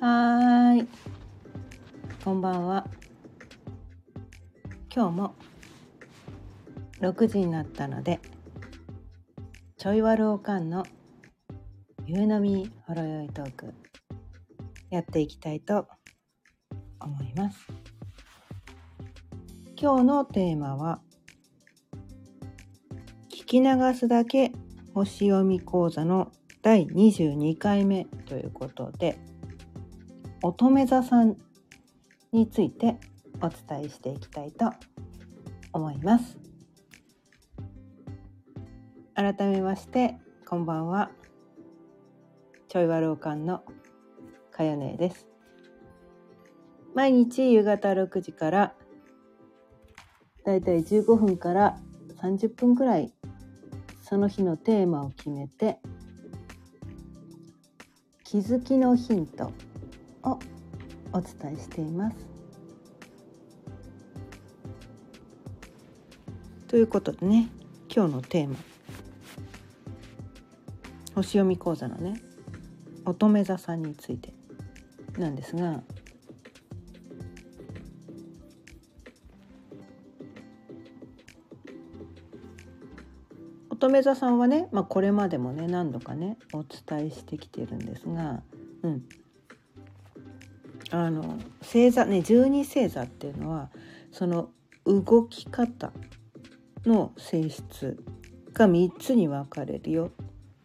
はーい、こんばんは。今日も6時になったので、ちょいわるおかんの夕飲みほろよいトークやっていきたいと思います。今日のテーマは聞き流すだけ星読み講座の第22回目ということで、乙女座さんについてお伝えしていきたいと思います。改めましてこんばんは。ちょいわるおかんのかよねです。毎日夕方6時からだいたい15分から30分くらいその日のテーマを決めて気づきのヒントをお伝えしています。ということでね、今日のテーマ、星読み講座のね、乙女座さんについてなんですが、乙女座さんはね、これまでもね何度かねお伝えしてきてるんですが、星座ね、12星座っていうのはその動き方の性質が3つに分かれるよ。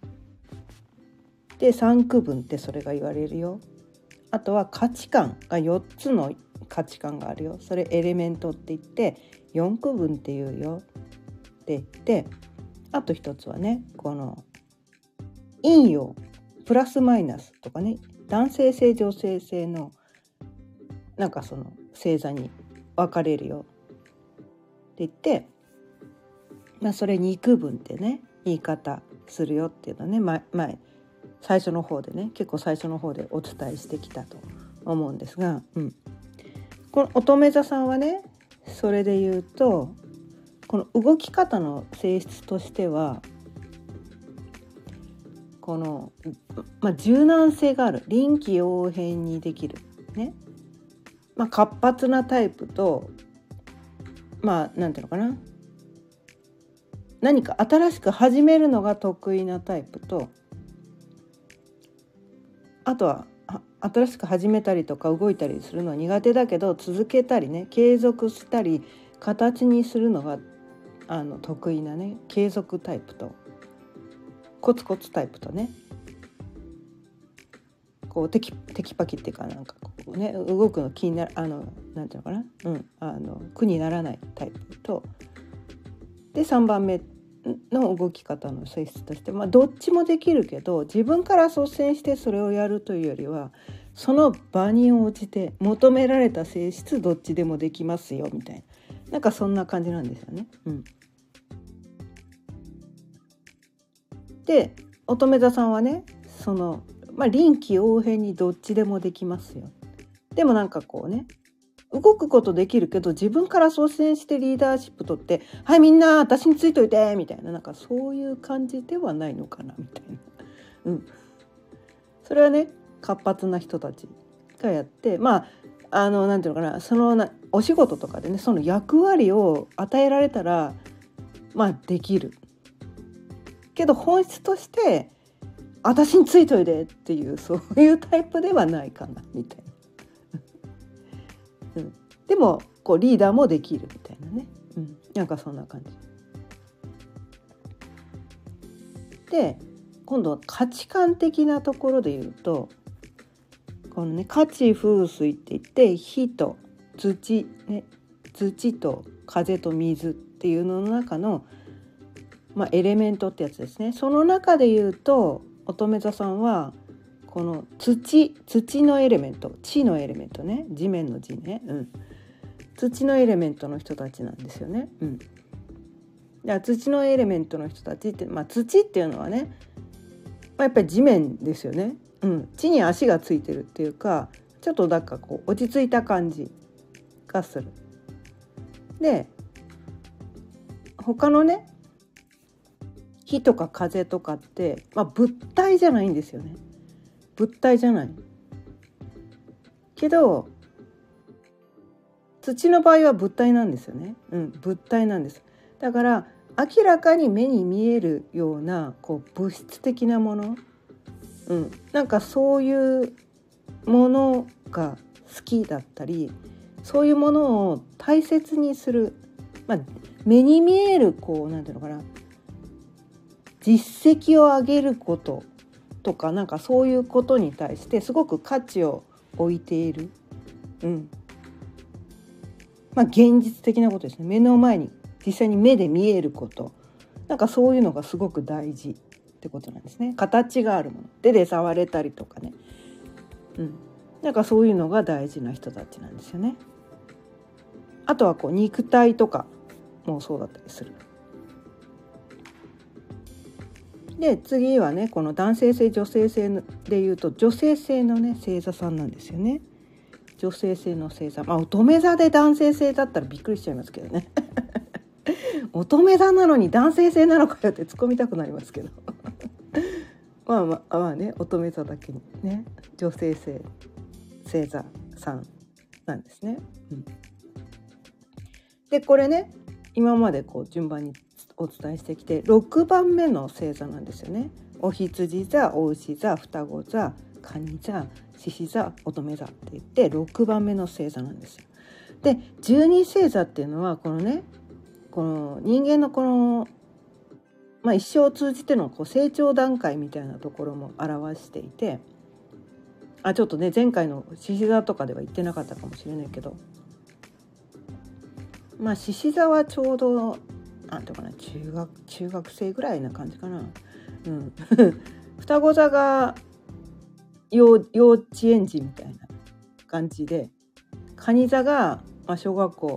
で、3区分ってそれが言われるよ。あとは価値観が4つの価値観があるよ。それエレメントって言って4区分って言うよって言って、あと一つはね、この陰陽プラスマイナスとかね、男性性女性性のなんかその星座に分かれるよって言って、それ2区分ってね言い方するよっていうのね、前最初の方でね、結構最初の方でお伝えしてきたと思うんですが、この乙女座さんはね、それで言うとこの動き方の性質としてはこの、柔軟性がある、臨機応変にできるね、活発なタイプと、なんていうのかな、何か新しく始めるのが得意なタイプと、あとは新しく始めたりとか動いたりするのは苦手だけど続けたりね、継続したり形にするのが得意なね、継続タイプとコツコツタイプとね、こうテキパキっていうか、なんかこうね、動くの気になる、なんていうのかな、苦にならないタイプと、で3番目の動き方の性質として、どっちもできるけど自分から率先してそれをやるというよりは、その場に応じて求められた性質どっちでもできますよみたいな、なんかそんな感じなんですよね。で、乙女座さんはね、その、臨機応変にどっちでもできますよ。でもなんかこうね、動くことできるけど自分から率先してリーダーシップ取って、はいみんな私についといてみたいな、なんかそういう感じではないのかなみたいな。それはね、活発な人たちがやって、なんていうのかな、そのお仕事とかでね、その役割を与えられたらできるけど、本質として私についといてっていう、そういうタイプではないかなみたいな。でもこうリーダーもできるみたいなね、なんかそんな感じで、今度は価値観的なところで言うと、このね、火地風水って言って火と土ね、土と風と水っていうのの中の、エレメントってやつですね。その中で言うと乙女座さんはこの土のエレメント、地のエレメントね、地面の地ね、土のエレメントの人たちなんですよね。だから土のエレメントの人たちって、土っていうのはね、やっぱり地面ですよね。地に足がついてるっていうか、ちょっとなんかこう落ち着いた感じがする。で、他のね、火とか風とかって、物体じゃないんですよね。物体じゃない。 けど土の場合は物体なんですよね。物体なんです。だから明らかに目に見えるようなこう物質的なもの、なんかそういうものが好きだったり、そういうものを大切にする、目に見えるこうなんていうのかな、実績を上げることとか、なんかそういうことに対してすごく価値を置いている、現実的なことですね。目の前に実際に目で見えること、なんかそういうのがすごく大事ってことなんですね。形があるもの、手で触れたりとかね、なんかそういうのが大事な人たちなんですよね。あとはこう肉体とかもそうだったりする。で次はね、この男性性女性性でいうと女性性のね星座さんなんですよね。女性性の星座、乙女座で男性性だったらびっくりしちゃいますけどね乙女座なのに男性性なのかよって突っ込みたくなりますけどまあね、乙女座だけにね女性性星座さんなんですね。でこれね、今までこう順番にお伝えしてきて6番目の星座なんですよね。お羊座、お牛座、双子座、蟹座、獅子座、乙女座って言って6番目の星座なんですよ。で12星座っていうのはこのね、この人間のこの、一生を通じてのこう成長段階みたいなところも表していて、ちょっとね前回の獅子座とかでは言ってなかったかもしれないけど、獅子座はちょうどなんていうかな、中学生ぐらいな感じかな。双子座が幼稚園児みたいな感じで、蟹座が小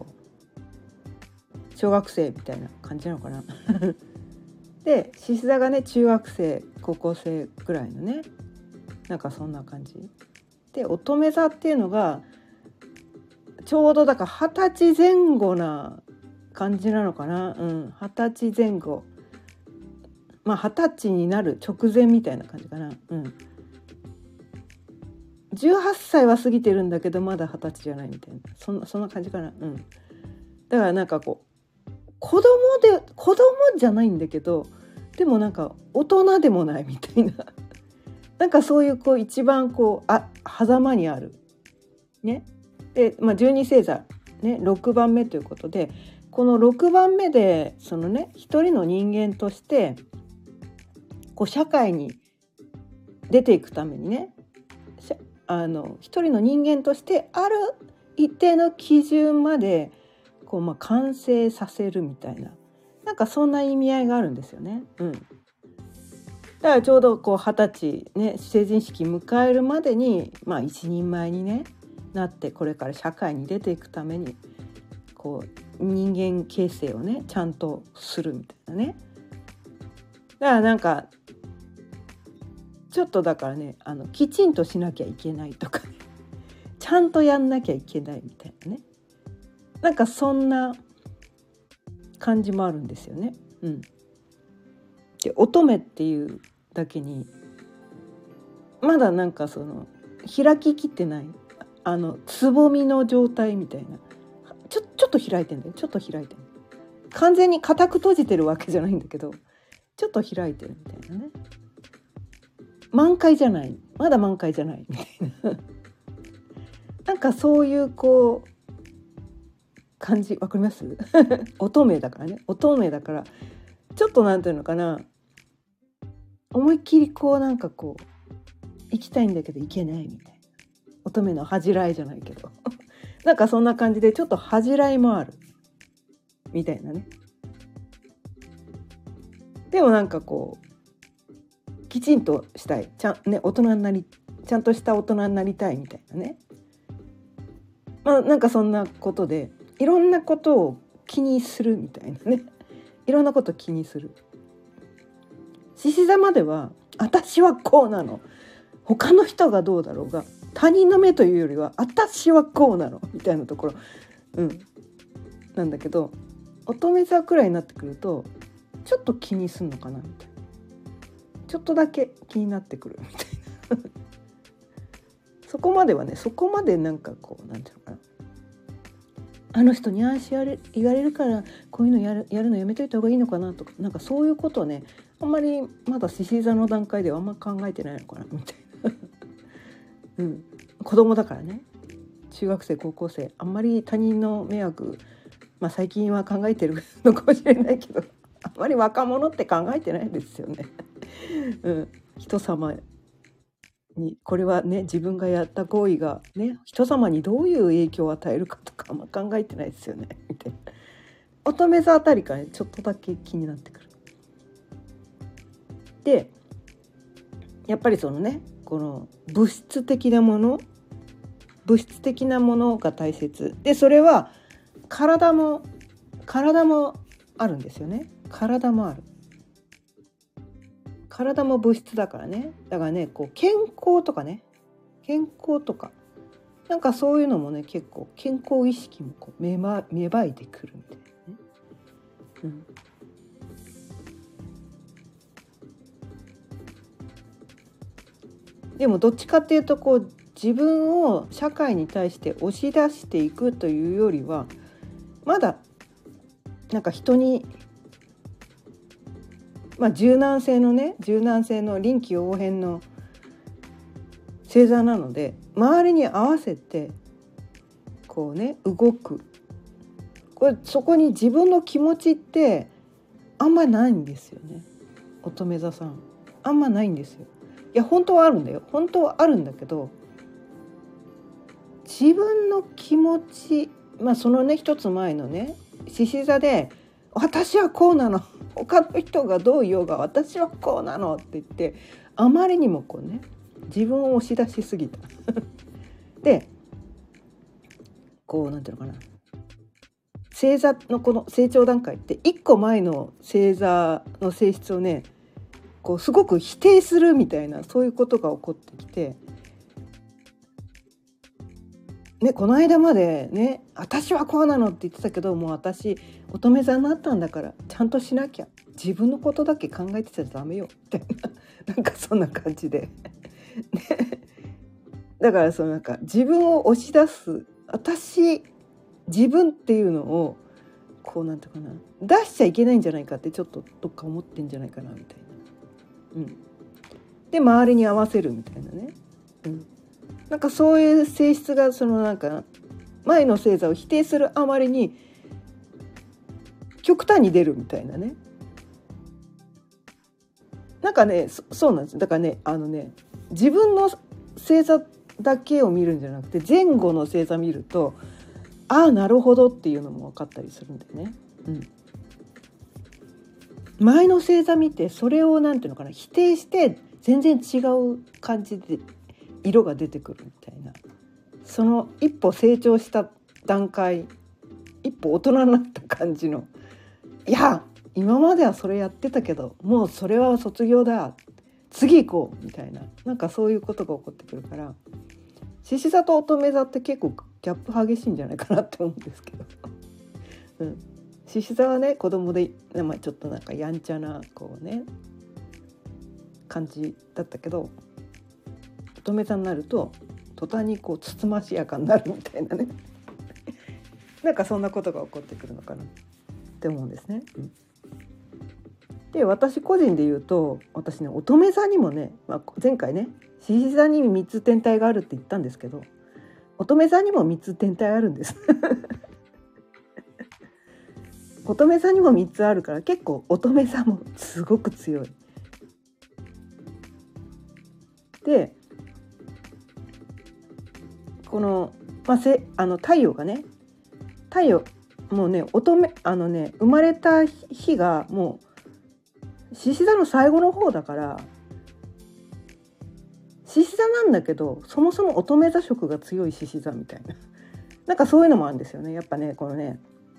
学生みたいな感じなのかなで獅子座がね中学生高校生ぐらいのね、なんかそんな感じで、乙女座っていうのがちょうどだから20歳前後な感じなのかな。20歳前後、20歳になる直前みたいな感じかな。18歳は過ぎてるんだけどまだ20歳じゃないみたいな、そんな感じかな。だからなんかこう子供じゃないんだけど、でもなんか大人でもないみたいななんかそういうこう一番こう狭間にあるね。で、12星座ね6番目ということで、この6番目でそのね一人の人間としてこう社会に出ていくためにね、一人の人間としてある一定の基準までこう完成させるみたいな、なんかそんな意味合いがあるんですよね。だからちょうどこう20歳ね成人式迎えるまでに一人前にねなって、これから社会に出ていくためにこう人間形成をねちゃんとするみたいなね。だからなんかちょっとだからねきちんとしなきゃいけないとか、ね、ちゃんとやんなきゃいけないみたいなね、なんかそんな感じもあるんですよね。で乙女っていうだけにまだなんかその開ききってないつぼみの状態みたいな、ちょっと開いてんだよ、ちょっと開いてる、完全に固く閉じてるわけじゃないんだけどちょっと開いてるみたいなね。満開じゃない、まだ満開じゃないみたいななんかそういうこう感じ、わかります乙女だからね、乙女だからちょっとなんていうのかな、思いっきりこうなんかこう行きたいんだけど行けないみたいな、乙女の恥じらいじゃないけどなんかそんな感じでちょっと恥じらいもあるみたいなね。でもなんかこうきちんとしたい、大人になり、ちゃんとした大人になりたいみたいなね。なんかそんなことでいろんなことを気にするみたいなね、いろんなこと気にする。獅子座までは私はこうなの、他の人がどうだろうが他人の目というよりは私はこうなのみたいなところ、なんだけど乙女座くらいになってくるとちょっと気にすんのかなみたいな、ちょっとだけ気になってくるみたいなそこまではね、そこまでなんかこうなんていうのかな、あの人にああ言われるからこういうのやるのやめといた方がいいのかなとか、なんかそういうことをね、あんまりまだ獅子座の段階ではあんま考えてないのかなみたいな、うん、子供だからね、中学生高校生、あんまり他人の迷惑、まあ最近は考えてるのかもしれないけど、あんまり若者って考えてないですよね、うん、人様にこれはね、自分がやった行為がね、人様にどういう影響を与えるかとかあんま考えてないですよねみたいな。乙女座あたりから、ね、ちょっとだけ気になってくる。でやっぱりそのね、この物質的なものが大切で、それは体もあるんですよね。体も物質だからね。だからね、こう健康とかなんかそういうのもね、結構健康意識もこう芽生えてくるみたいなね、うん、でもどっちかっていうとこう自分を社会に対して押し出していくというよりは、まだなんか人に、まあ、柔軟性の臨機応変の星座なので、周りに合わせてこうね動く、そこに自分の気持ちってあんまりないんですよね。乙女座さんあんまないんですよ。いや本当はあるんだよ、本当はあるんだけど、自分の気持ち、まあそのね一つ前のね獅子座で私はこうなの、他の人がどう言おうが私はこうなのって言って、あまりにもこうね自分を押し出しすぎたでこうなんていうのかな、星座のこの成長段階って一個前の星座の性質をね、こうすごく否定するみたいな、そういうことが起こってきて、ね、この間までね私はこうなのって言ってたけど、もう私乙女座になったんだからちゃんとしなきゃ、自分のことだけ考えてちゃダメよみたいななんかそんな感じで、ね、だからそのなんか自分を押し出す、自分っていうのをこうなんていうかな、出しちゃいけないんじゃないかってちょっとどっか思ってんじゃないかなみたいな、うん、で周りに合わせるみたいなね、うん、なんかそういう性質がそのなんか前の星座を否定するあまりに極端に出るみたいなね、なんかね、そうなんです。だからね、自分の星座だけを見るんじゃなくて前後の星座見ると、ああなるほどっていうのも分かったりするんでね、うん、前の星座見てそれをなんていうのかな、否定して全然違う感じで色が出てくるみたいな、その一歩成長した段階、一歩大人になった感じの、いや今まではそれやってたけどもうそれは卒業だ、次行こうみたいな、なんかそういうことが起こってくるから、獅子座と乙女座って結構ギャップ激しいんじゃないかなって思うんですけど、うん、獅子座はね子供で、まあ、ちょっとなんかやんちゃなこうね感じだったけど、乙女座になると途端にこうつつましやかになるみたいなねなんかそんなことが起こってくるのかなって思うんですね、うん、で私個人で言うと、私ね乙女座にもね、まあ、前回ね獅子座に3つ天体があるって言ったんですけど、乙女座にも3つ天体あるんです乙女座にも3つあるから、結構乙女座もすごく強い。でこの、まあ、太陽がね、もうね生まれた日がもう獅子座の最後の方だから、獅子座なんだけどそもそも乙女座色が強い獅子座みたいななんかそういうのもあるんですよね。やっぱねこのね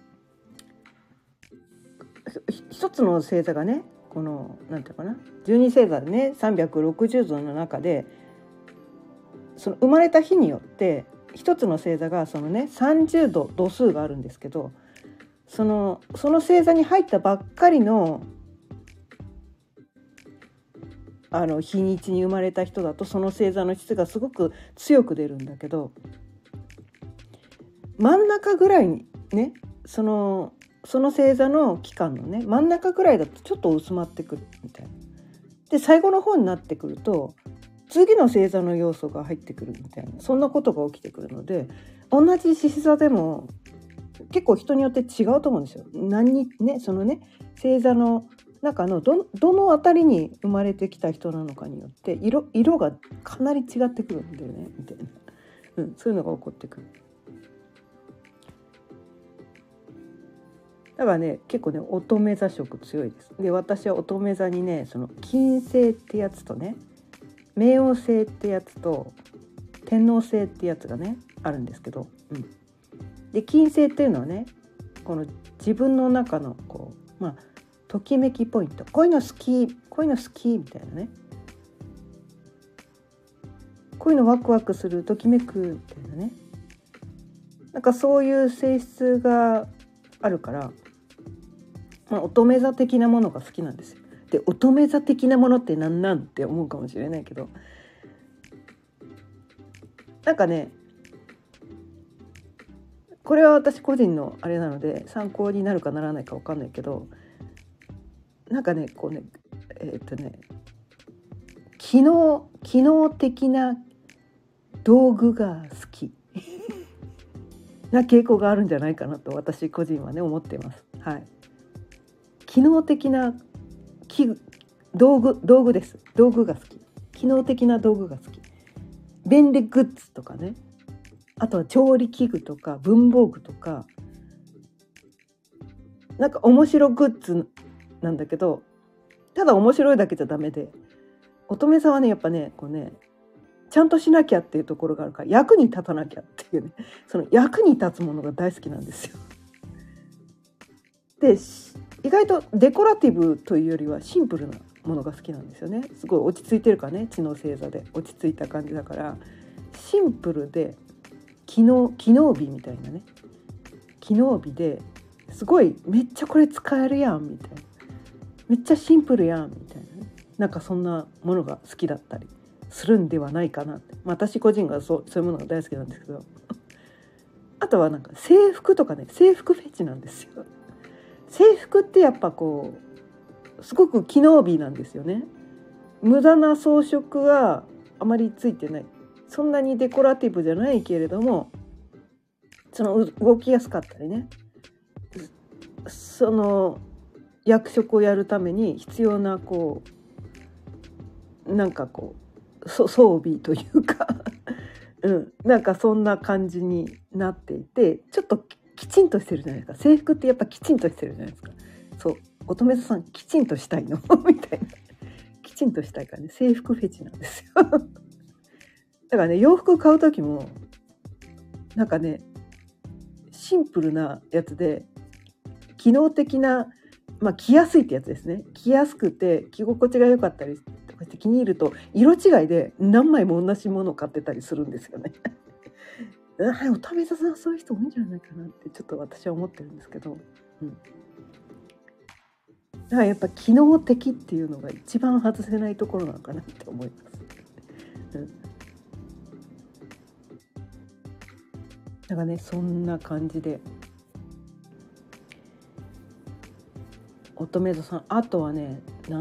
一つの星座がね、このなんていうかな、12星座でね360度の中で、その生まれた日によって一つの星座がそのね30度度数があるんですけど、その星座に入ったばっかりの日にちに生まれた人だとその星座の質がすごく強く出るんだけど、真ん中ぐらいにね、その星座の期間のね真ん中ぐらいだとちょっと薄まってくるみたいな。で最後の方になってくると次の星座の要素が入ってくるみたいな、そんなことが起きてくるので、同じ獅子座でも結構人によって違うと思うんですよ。そのね星座の中のどのあたりに生まれてきた人なのかによって色がかなり違ってくるんだよねみたいな、そういうのが起こってくる。だからね結構ね乙女座色強いです。で私は乙女座にねその金星ってやつとね冥王星ってやつと天王星ってやつがねあるんですけど、で金星っていうのはねこの自分の中のこうときめきポイント、こういうの好きみたいなね、こういうのワクワクする、ときめくみたいなね、なんかそういう性質があるから、乙女座的なものが好きなんですよ。で乙女座的なものってなんって思うかもしれないけど、なんかねこれは私個人のあれなので参考になるかならないか分かんないけど、なんかねこうね機能的な道具が好きな傾向があるんじゃないかなと私個人はね思っています。はい。機能的な道具です。道具が好き。機能的な道具が好き。便利グッズとかね。あとは調理器具とか文房具とか、なんか面白グッズなんだけど、ただ面白いだけじゃダメで、乙女座はねやっぱねこうねちゃんとしなきゃっていうところがあるから、役に立たなきゃっていうね、その役に立つものが大好きなんですよ。で意外とデコラティブというよりはシンプルなものが好きなんですよね。すごい落ち着いてるからね、地の星座で落ち着いた感じだから、シンプルで機能美みたいなね、機能美ですごいめっちゃこれ使えるやんみたいな、めっちゃシンプルやんみたいなね、なんかそんなものが好きだったりするんではないかなって、私個人がそういうものが大好きなんですけどあとはなんか制服とかね、制服フェチなんですよ。制服ってやっぱこうすごく機能美なんですよね。無駄な装飾はあまりついてない、そんなにデコラティブじゃないけれども、その動きやすかったりね、その役職をやるために必要なこうなんかこう装備というかなんかそんな感じになっていて、ちょっときちんとしてるじゃないですか。制服ってやっぱきちんとしてるじゃないですか。そう乙女座さんきちんとしたいのみたいな、きちんとしたいからね、制服フェチなんですよだからね洋服買う時もなんかねシンプルなやつで機能的な、着やすいってやつですね。着やすくて着心地が良かったりとかして気に入ると色違いで何枚も同じものを買ってたりするんですよね乙女座さんそういう人多いんじゃないかなってちょっと私は思ってるんですけど、だからやっぱ機能的っていうのが一番外せないところなのかなって思います、だからねそんな感じで乙女座さん、あとはね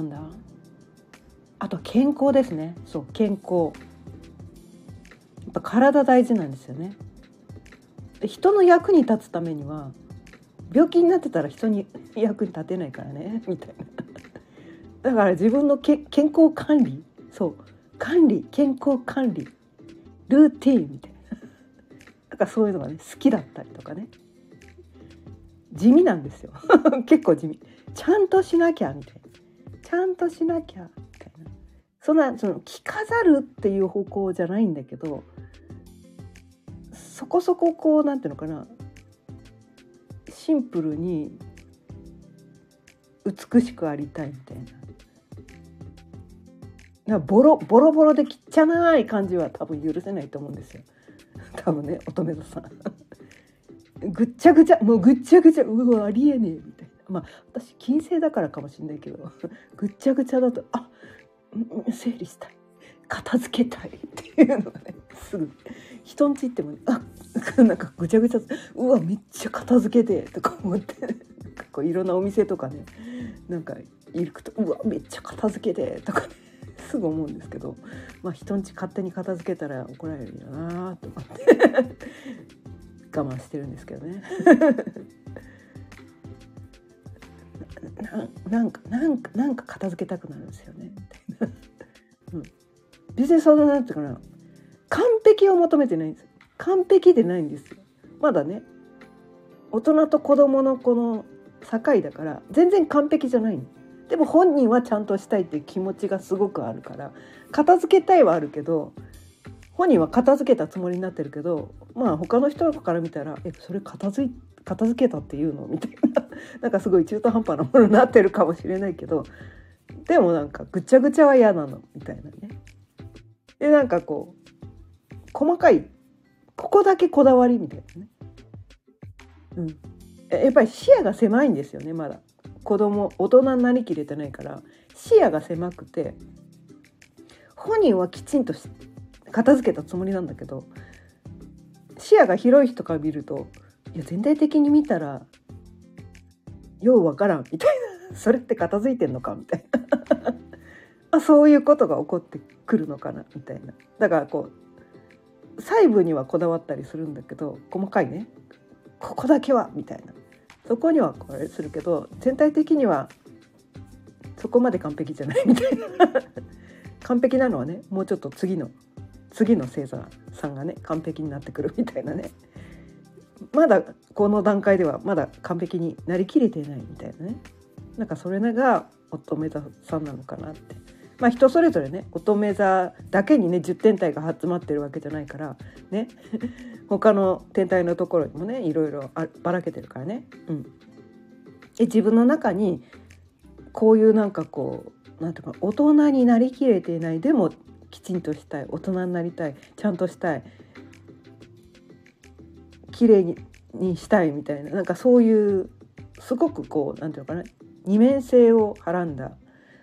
あと健康ですね。そう健康、やっぱ体大事なんですよね。人の役に立つためには病気になってたら人に役に立てないからねみたいなだから自分の健康管理、健康管理ルーティーンみたいななんかそういうのがね好きだったりとかね、地味なんですよ結構地味、ちゃんとしなきゃみたいな、ちゃんとしなきゃみたいな、その着飾るっていう方向じゃないんだけど、そこそここうなんていうのかな、シンプルに美しくありたいみたいな、ボロボロで汚い感じは多分許せないと思うんですよ多分ね乙女座さんぐっちゃぐちゃ、もうぐっちゃぐちゃ、うわありえねえみたいな、私金星だからかもしれないけどぐっちゃぐちゃだと整理したい、片付けたいっていうのがね、すぐ人んち行っても、なんかぐちゃぐちゃ、うわめっちゃ片付けてとか思ってなんかこういろんなお店とかね、なんか行くとうわめっちゃ片付けてとかねすぐ思うんですけど、人んち勝手に片付けたら怒られるよなと思って我慢してるんですけどねなんか片付けたくなるんですよねうん、別にそのなんていうかな、完璧を求めてないんです。完璧でないんですよ。まだね、大人と子供のこの境だから全然完璧じゃない。でも本人はちゃんとしたいっていう気持ちがすごくあるから、片付けたいはあるけど、本人は片付けたつもりになってるけど、他の人から見たらそれ片付けたっていうのみたいななんかすごい中途半端なものになってるかもしれないけど、でもなんかぐちゃぐちゃは嫌なのみたいなね。でなんかこう細かいここだけこだわりみたいなね、やっぱり視野が狭いんですよね。まだ大人になりきれてないから視野が狭くて、本人はきちんと片付けたつもりなんだけど、視野が広い人から見ると全体的に見たらようわからんみたいなそれって片付いてんのかみたいなそういうことが起こってくるのかなみたいな。だからこう細部にはこだわったりするんだけど、細かいね、ここだけはみたいな、そこにはこれするけど全体的にはそこまで完璧じゃないみたいな完璧なのはね、もうちょっと次の星座さんがね完璧になってくるみたいなね。まだこの段階ではまだ完璧になりきれていないみたいなね。なんかそれが乙女座さんなのかなって。人それぞれね、乙女座だけにね10天体が集まってるわけじゃないからね他の天体のところにもねいろいろばらけてるからね、自分の中にこういうなんかこうなんていうか、大人になりきれていない、でもきちんとしたい、大人になりたい、ちゃんとしたい、綺麗にしたいみたいな、なんかそういうすごくこうなんていうのかな、二面性をはらんだ、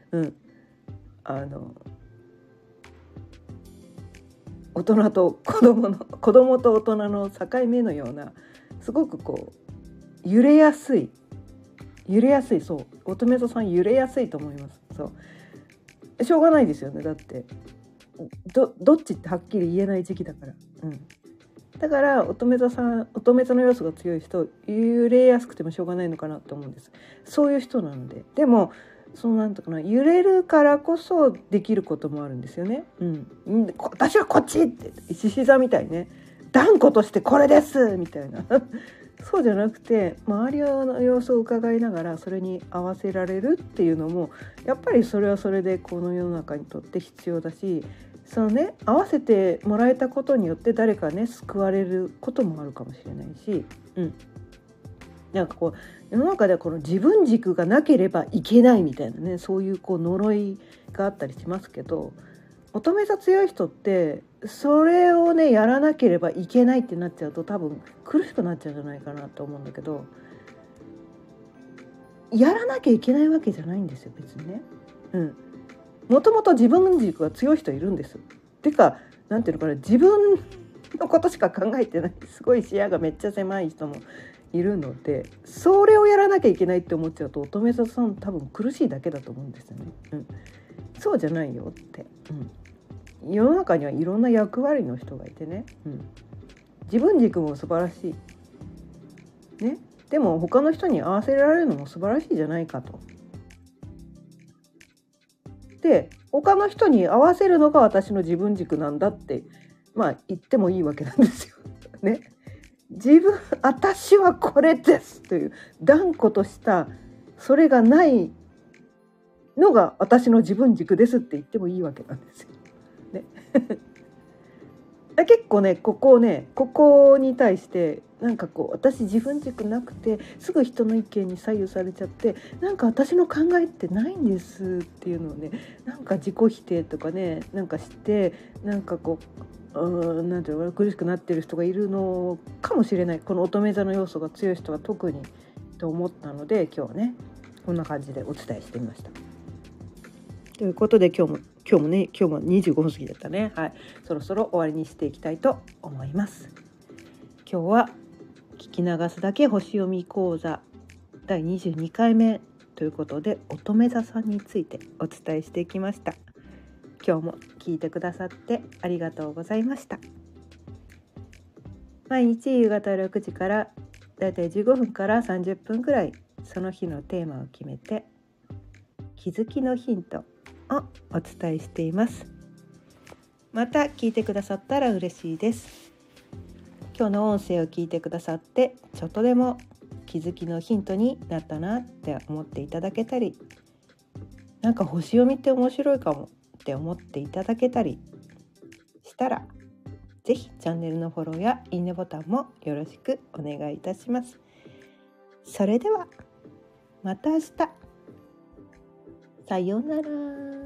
大人と子供と大人の境目のような、すごくこう揺れやすい、そう乙女座さん揺れやすいと思います。そうしょうがないですよね。だってどっちってはっきり言えない時期だから、だから乙女座の要素が強い人、揺れやすくてもしょうがないのかなと思うんです。そういう人なので。でもなんとかな、揺れるからこそできることもあるんですよね。私はこっちって獅子座みたいにね、断固としてこれですみたいなそうじゃなくて、周りの様子を伺いながらそれに合わせられるっていうのも、やっぱりそれはそれでこの世の中にとって必要だし、合わせてもらえたことによって誰かね救われることもあるかもしれないし、なんかこう世の中ではこの自分軸がなければいけないみたいなね、そういうこう呪いがあったりしますけど、乙女座強い人ってそれをねやらなければいけないってなっちゃうと多分苦しくなっちゃうんじゃないかなと思うんだけど、やらなきゃいけないわけじゃないんですよ別にね。もともと自分軸が強い人いるんです。てかなんていうのかな、自分のことしか考えてない、すごい視野がめっちゃ狭い人もいるので、それをやらなきゃいけないって思っちゃうと乙女座さん多分苦しいだけだと思うんですよね。そうじゃないよって、世の中にはいろんな役割の人がいてね、自分軸も素晴らしいね。でも他の人に合わせられるのも素晴らしいじゃないかと。で他の人に合わせるのが私の自分軸なんだって言ってもいいわけなんですよね。私はこれですという断固としたそれがないのが私の自分軸ですって言ってもいいわけなんですよ、ね結構ねここに対してなんかこう私自分軸なくてすぐ人の意見に左右されちゃって、なんか私の考えってないんですっていうのをね、なんか自己否定とかねなんかしてなんかこうなんていうの苦しくなってる人がいるのかもしれない。この乙女座の要素が強い人は特にと思ったので今日はねこんな感じでお伝えしてみました。ということで今今日も25分過ぎだったね。はい、そろそろ終わりにしていきたいと思います。今日は聞き流すだけ星読み講座第22回目ということで、乙女座さんについてお伝えしていきました。今日も聞いてくださってありがとうございました。毎日夕方6時からだいたい15分から30分くらい、その日のテーマを決めて気づきのヒントをお伝えしています。また聞いてくださったら嬉しいです。今日の音声を聞いてくださってちょっとでも気づきのヒントになったなって思っていただけたり、なんか星読みって面白いかもって思っていただけたりしたら、ぜひチャンネルのフォローやいいねボタンもよろしくお願いいたします。それではまた明日。さようなら。